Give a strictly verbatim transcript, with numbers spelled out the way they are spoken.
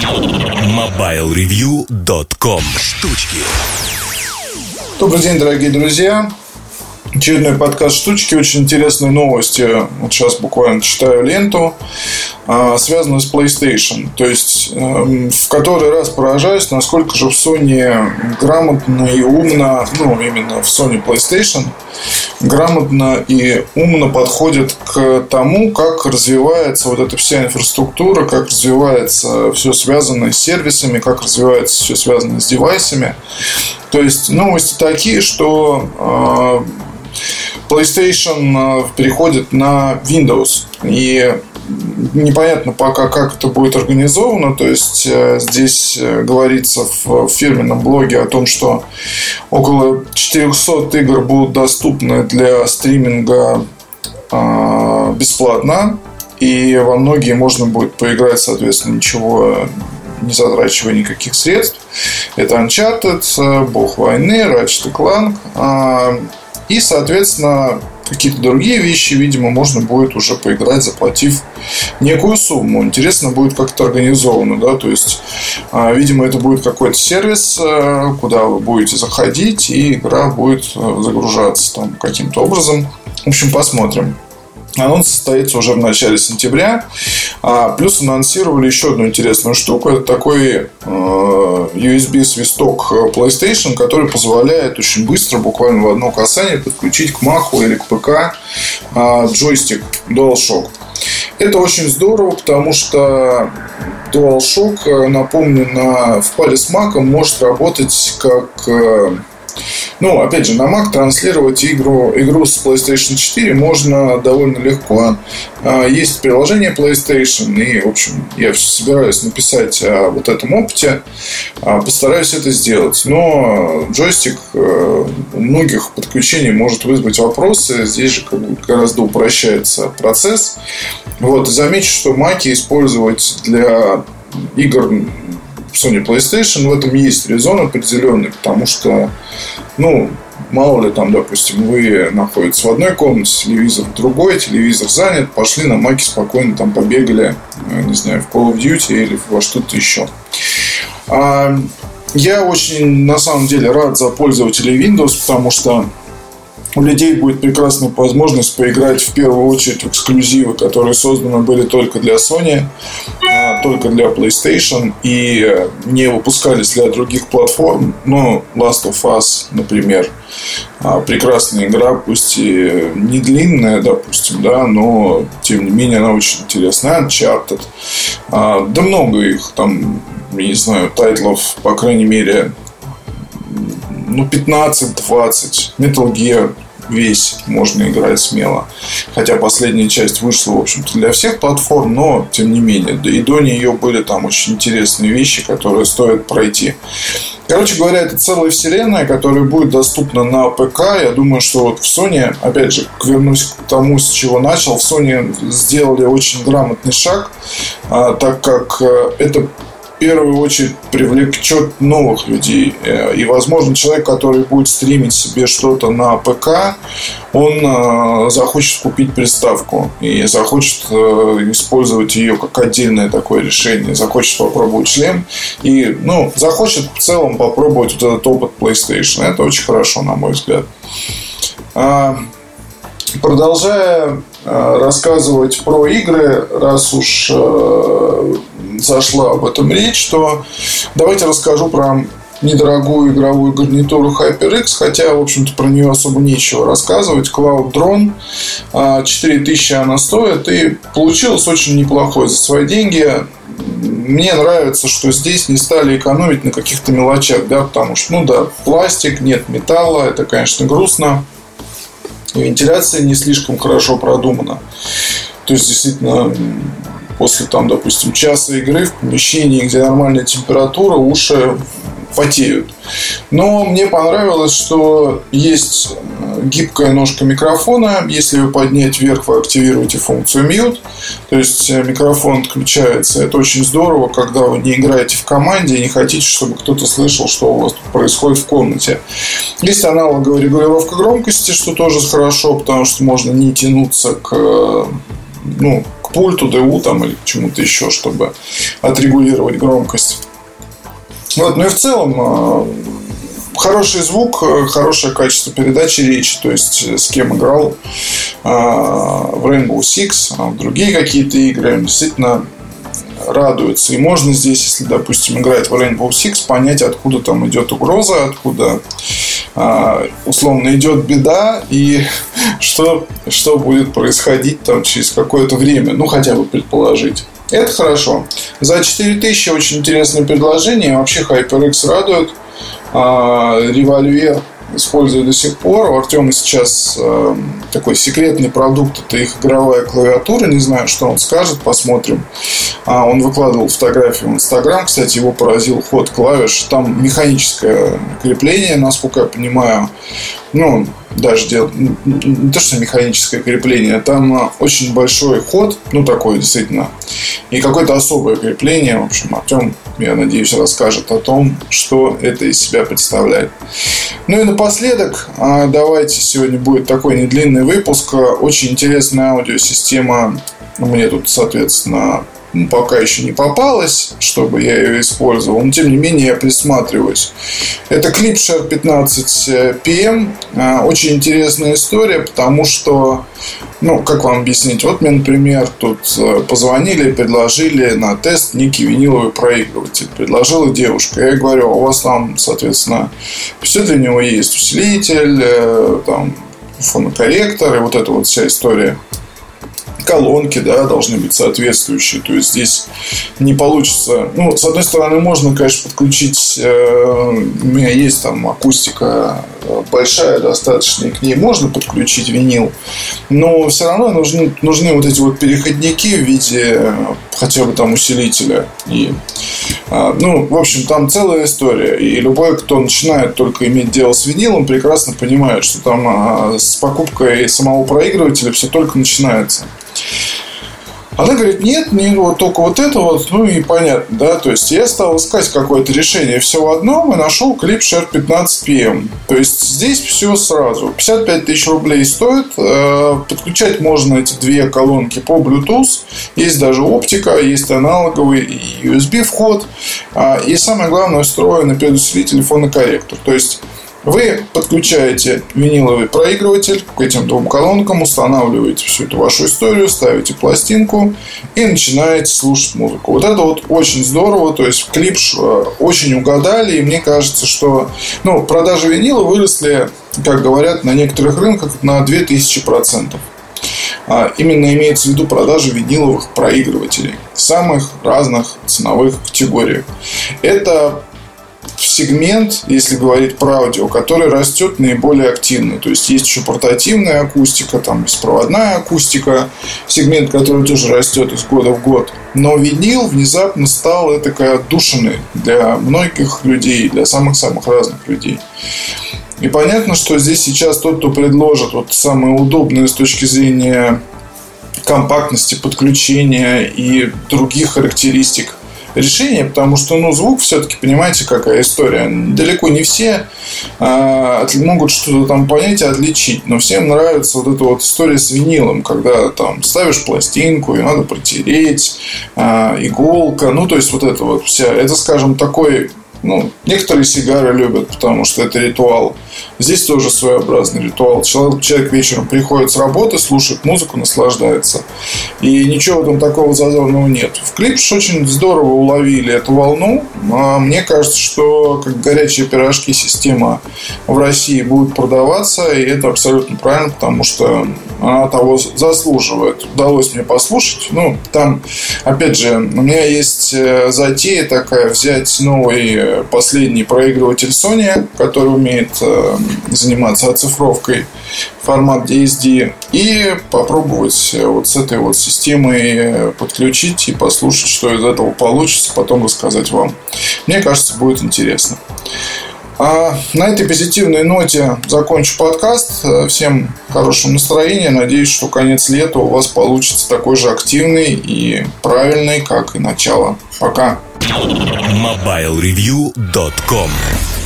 мобайл ревью точка ком. Штучки. Добрый день, дорогие друзья. Очередной подкаст «Штучки». Очень интересные новости. Вот сейчас буквально читаю ленту, связанную с PlayStation. То есть, в который раз поражаюсь, насколько же в Sony грамотно и умно, ну, именно в Sony PlayStation, грамотно и умно подходит к тому, как развивается вот эта вся инфраструктура, как развивается все связанное с сервисами, как развивается все связанное с девайсами. То есть, новости такие, что PlayStation переходит на Windows. И непонятно пока, как это будет организовано. То есть, здесь говорится в фирменном блоге о том, что около четыреста игр будут доступны для стриминга бесплатно. И во многие можно будет поиграть, соответственно, ничего не затрачивая никаких средств. Это Uncharted, Бог войны, Ratchet энд Clank. И, соответственно, какие-то другие вещи, видимо, можно будет уже поиграть, заплатив некую сумму. Интересно будет, как это организовано, да, то есть, видимо, это будет какой-то сервис, куда вы будете заходить, и игра будет загружаться там каким-то образом. В общем, посмотрим. Анонс состоится уже в начале сентября. А, плюс анонсировали еще одну интересную штуку. Это такой э, ю эс би-свисток PlayStation, который позволяет очень быстро, буквально в одно касание, подключить к Mac'у или к ПК э, джойстик DualShock. Это очень здорово, потому что DualShock, напомню, на, в паре с Mac'ом может работать как... Э, Ну, опять же, на Mac транслировать игру, игру с PlayStation четыре можно довольно легко. Есть приложение PlayStation. И, в общем, я собираюсь написать о вот этом опыте. Постараюсь это сделать. Но джойстик у многих подключений может вызвать вопросы. Здесь же как бы гораздо упрощается процесс. Вот. И замечу, что Mac использовать для игр Sony PlayStation, в этом есть резон определенный, потому что, ну, мало ли там, допустим, вы находитесь в одной комнате, телевизор в другой, телевизор занят, пошли на Маке спокойно там побегали, не знаю, в Call of Duty или во что-то еще. Я очень, на самом деле, рад за пользователей Windows, потому что у людей будет прекрасная возможность поиграть в первую очередь в эксклюзивы, которые созданы были только для Sony, только для PlayStation и не выпускались для других платформ. Но Last of Us, например, прекрасная игра, пусть и не длинная, допустим, да, но тем не менее она очень интересная. Uncharted, да много их там, не знаю, тайтлов, по крайней мере, ну, пятнадцать-двадцать. Metal Gear весь можно играть смело. Хотя последняя часть вышла, в общем-то, для всех платформ, но тем не менее. И до нее были там очень интересные вещи, которые стоит пройти. Короче говоря, это целая вселенная, которая будет доступна на ПК. Я думаю, что вот в Sony, опять же, вернусь к тому, с чего начал, в Sony сделали очень грамотный шаг, так как это в первую очередь привлечет новых людей. И, возможно, человек, который будет стримить себе что-то на ПК, он захочет купить приставку и захочет использовать ее как отдельное такое решение, захочет попробовать шлем и, ну, захочет в целом попробовать вот этот опыт PlayStation. Это очень хорошо, на мой взгляд. Продолжая рассказывать про игры, раз уж зашла об этом речь, то давайте расскажу про недорогую игровую гарнитуру HyperX, хотя, в общем-то, про нее особо нечего рассказывать. Cloud Drone, четыре тысячи она стоит, и получилось очень неплохое за свои деньги. Мне нравится, что здесь не стали экономить на каких-то мелочах, да, потому что, ну да, пластик, нет металла, это, конечно, грустно. И вентиляция не слишком хорошо продумана. То есть, действительно, после, там, допустим, часа игры в помещении, где нормальная температура, уши потеют. Но мне понравилось, что есть гибкая ножка микрофона. Если ее поднять вверх, вы активируете функцию mute. То есть микрофон отключается. Это очень здорово, когда вы не играете в команде и не хотите, чтобы кто-то слышал, что у вас тут происходит в комнате. Есть аналоговая регулировка громкости, что тоже хорошо, потому что можно не тянуться к, ну, к пульту, ДУ там, или к чему-то еще, чтобы отрегулировать громкость. Вот, ну и в целом хороший звук, хорошее качество передачи речи. То есть с кем играл в Rainbow Six, в другие какие-то игры, действительно радуется. И можно здесь, если, допустим, играть в Rainbow Six, понять, откуда там идет угроза, откуда условно идет беда, и что, что будет происходить там через какое-то время. Ну, хотя бы предположить. Это хорошо. За четыре тысячи очень интересное предложение. Вообще HyperX радует. Револьвер использую до сих пор. У Артема сейчас э, такой секретный продукт. Это их игровая клавиатура. Не знаю, что он скажет. Посмотрим. а, Он выкладывал фотографию в Инстаграм. Кстати, его поразил ход клавиш. Там механическое крепление, насколько я понимаю. Ну, даже дел... не то, что механическое крепление. Там очень большой ход. Ну, такой действительно. И какое-то особое крепление. В общем, Артем, я надеюсь, расскажет о том, что это из себя представляет. Ну и напоследок, давайте, сегодня будет такой недлинный выпуск. Очень интересная аудиосистема. Мне тут, соответственно, пока еще не попалась, чтобы я ее использовал. Но, тем не менее, я присматриваюсь. Это Klipshare пятнадцать пи эм. Очень интересная история, потому что, ну, как вам объяснить? Вот мне, например, тут позвонили, предложили на тест некий виниловый проигрыватель. Предложила девушка. Я ей говорю, у вас там, соответственно, все для него есть. Усилитель, там, фонокорректор и вот эта вот вся история. Колонки, да, должны быть соответствующие. То есть здесь не получится. Ну, с одной стороны, можно, конечно, подключить. э, У меня есть там акустика большая, достаточно, и к ней можно подключить винил. Но все равно нужны, нужны вот эти вот переходники в виде хотя бы там усилителя. И, э, ну, в общем, там целая история. И любой, кто начинает только иметь дело с винилом, прекрасно понимает, что там э, с покупкой самого проигрывателя все только начинается. Она говорит, нет, не вот только вот это вот. Ну и понятно, да. То есть я стал искать какое-то решение все в одном и нашел Klipshare пятнадцать пи эм. То есть здесь все сразу. пятьдесят пять тысяч рублей стоит. Подключать можно эти две колонки по Bluetooth. Есть даже оптика, есть аналоговый и ю эс би вход. И самое главное, встроенный предусилитель и фонокорректор. То есть вы подключаете виниловый проигрыватель к этим двум колонкам, устанавливаете всю эту вашу историю, ставите пластинку и начинаете слушать музыку. Вот это вот очень здорово. То есть в Klipsh очень угадали. И мне кажется, что ну, продажи винила выросли, как говорят, на некоторых рынках на две тысячи процентов. Именно имеется в виду продажи виниловых проигрывателей в самых разных ценовых категориях. Это сегмент, если говорить про аудио, который растет наиболее активно. То есть есть еще портативная акустика, там беспроводная акустика, сегмент, который тоже растет из года в год. Но винил внезапно стал такой отдушиной для многих людей, для самых-самых разных людей. И понятно, что здесь сейчас тот, кто предложит вот самое удобное с точки зрения компактности, подключения и других характеристик решение, потому что, ну, звук все-таки, понимаете, какая история. Далеко не все э, могут что-то там понять и отличить, но всем нравится вот эта вот история с винилом, когда там ставишь пластинку, и надо протереть, э, иголка, ну, то есть вот это вот вся, это, скажем, такой. Ну, некоторые сигары любят, потому что это ритуал. Здесь тоже своеобразный ритуал. Человек, человек вечером приходит с работы, слушает музыку, наслаждается. И ничего в этом такого зазорного нет. В Klipsh очень здорово уловили эту волну. Мне кажется, что как горячие пирожки система в России будет продаваться. И это абсолютно правильно, потому что она того заслуживает. Удалось мне послушать. Ну, там, опять же, у меня есть затея такая: взять новый последний проигрыватель Sony, который умеет э, заниматься оцифровкой, формат ди эс ди, и попробовать вот с этой вот системой подключить и послушать, что из этого получится, потом рассказать вам. Мне кажется, будет интересно. А на этой позитивной ноте закончу подкаст. Всем хорошего настроения. Надеюсь, что конец лета у вас получится такой же активный и правильный, как и начало. Пока. мобайл ревью точка ком